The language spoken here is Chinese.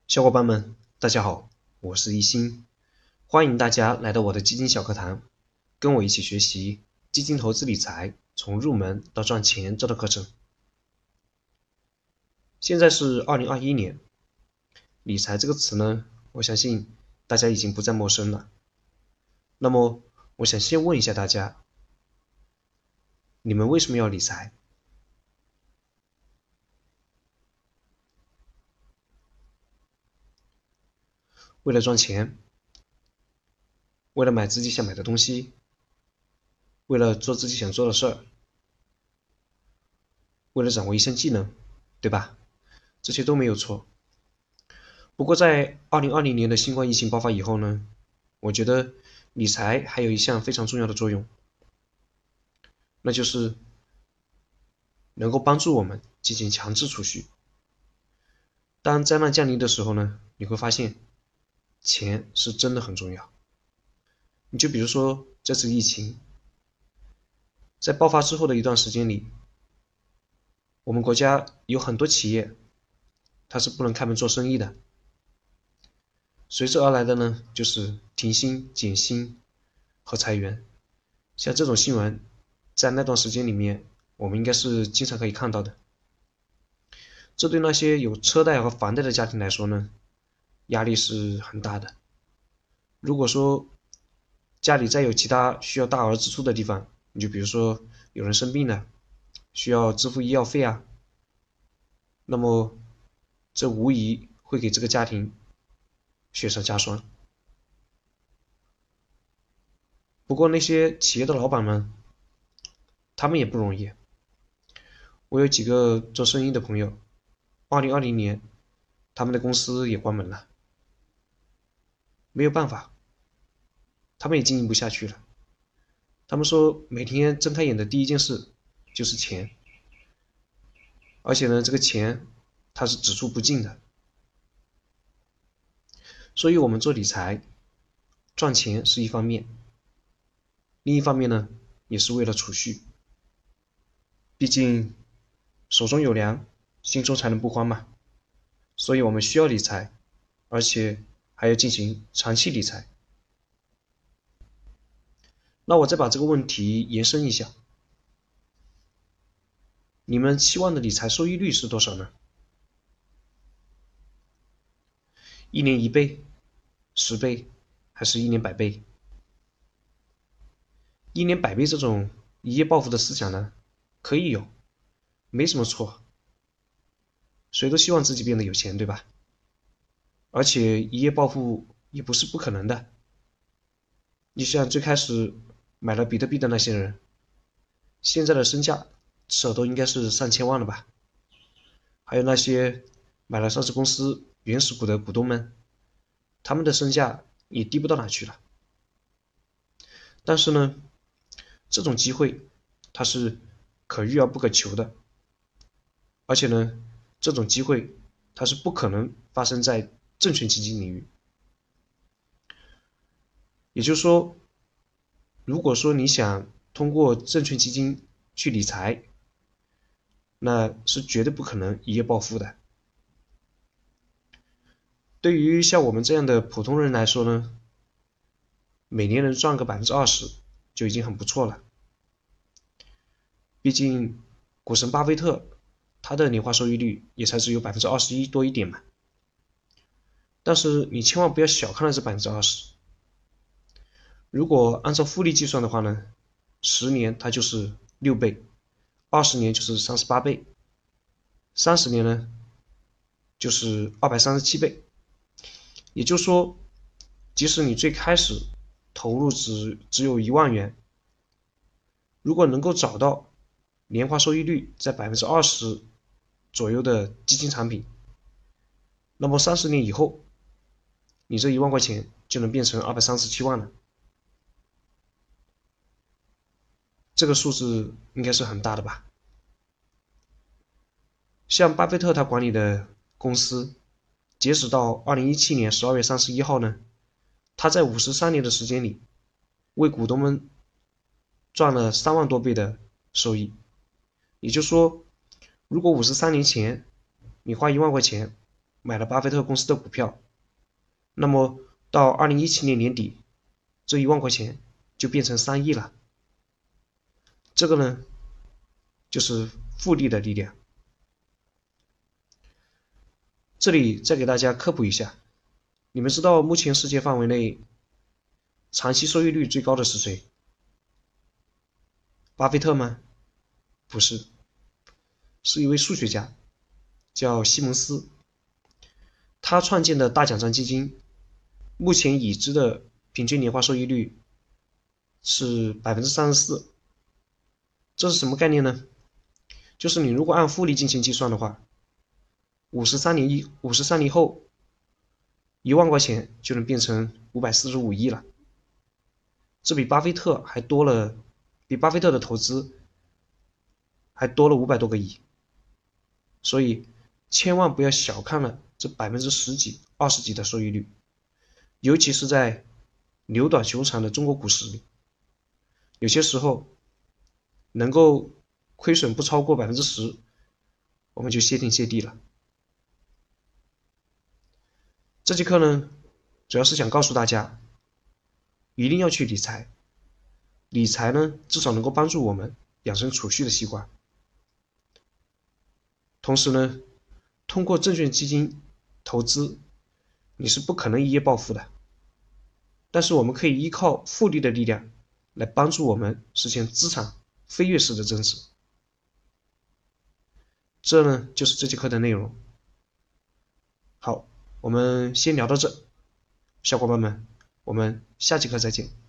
小伙伴们，大家好，我是一心，欢迎大家来到我的基金小课堂，跟我一起学习基金投资理财从入门到赚钱这套课程。现在是2021年，理财这个词呢，我相信大家已经不再陌生了。那么，我想先问一下大家，你们为什么要理财？为了赚钱？为了买自己想买的东西？为了做自己想做的事儿？为了掌握一项技能，对吧？这些都没有错。不过在2020年的新冠疫情爆发以后呢，我觉得理财还有一项非常重要的作用，那就是能够帮助我们进行强制储蓄。当灾难降临的时候呢，你会发现钱是真的很重要。你就比如说这次疫情，在爆发之后的一段时间里，我们国家有很多企业它是不能开门做生意的，随之而来的呢就是停薪、减薪和裁员。像这种新闻在那段时间里面我们应该是经常可以看到的。这对那些有车贷和房贷的家庭来说呢，压力是很大的。如果说家里再有其他需要大额支出的地方，你就比如说有人生病了，需要支付医药费啊，那么这无疑会给这个家庭雪上加霜。不过那些企业的老板们，他们也不容易。我有几个做生意的朋友，2020年他们的公司也关门了，没有办法，他们也经营不下去了。他们说每天睁开眼的第一件事就是钱，而且呢这个钱它是只出不进的。所以我们做理财赚钱是一方面，另一方面呢也是为了储蓄。毕竟手中有粮，心中才能不慌嘛。所以我们需要理财，而且还要进行长期理财。那我再把这个问题延伸一下，你们期望的理财收益率是多少呢？1年1倍、10倍，还是1年100倍？1年100倍这种一夜暴富的思想呢，可以有，没什么错。谁都希望自己变得有钱，对吧？而且一夜暴富也不是不可能的。你像最开始买了比特币的那些人，现在的身价至少都应该是上千万了吧？还有那些买了上市公司原始股的股东们，他们的身价也低不到哪去了。但是呢，这种机会它是可遇而不可求的，而且呢，这种机会它是不可能发生在证券基金领域。也就是说，如果说你想通过证券基金去理财，那是绝对不可能一夜暴富的。对于像我们这样的普通人来说呢，每年能赚个20%就已经很不错了。毕竟股神巴菲特他的年化收益率也才只有21%多一点嘛。但是你千万不要小看了这20%。如果按照复利计算的话呢，10年它就是6倍，20年就是38倍，30年呢就是237倍。也就是说，即使你最开始投入只有1万元，如果能够找到年化收益率在20%左右的基金产品，那么30年以后，你这1万块钱就能变成237万了。这个数字应该是很大的吧？像巴菲特他管理的公司，截止到2017年12月31号呢，他在53年的时间里，为股东们赚了3万多倍的收益。也就是说，如果53年前你花1万块钱买了巴菲特公司的股票，那么到2017年年底，这1万块钱就变成3亿了。这个呢，就是复利的力量。这里再给大家科普一下，你们知道目前世界范围内长期收益率最高的是谁？巴菲特吗？不是，是一位数学家，叫西蒙斯。他创建的大奖章基金，目前已知的平均年化收益率是34%。这是什么概念呢？就是你如果按复利进行计算的话，53年后1万块钱就能变成545亿了，这比巴菲特的投资还多了500多个亿。所以千万不要小看了这10几、20几的收益率，尤其是在牛短熊长的中国股市里，有些时候能够亏损不超过10%，我们就谢天谢地了。这节课呢，主要是想告诉大家，一定要去理财。理财呢，至少能够帮助我们养成储蓄的习惯。同时呢，通过证券基金投资，你是不可能一夜暴富的。但是我们可以依靠复利的力量来帮助我们实现资产飞跃式的增值。这呢，就是这节课的内容。好，我们先聊到这，小伙伴们，我们下节课再见。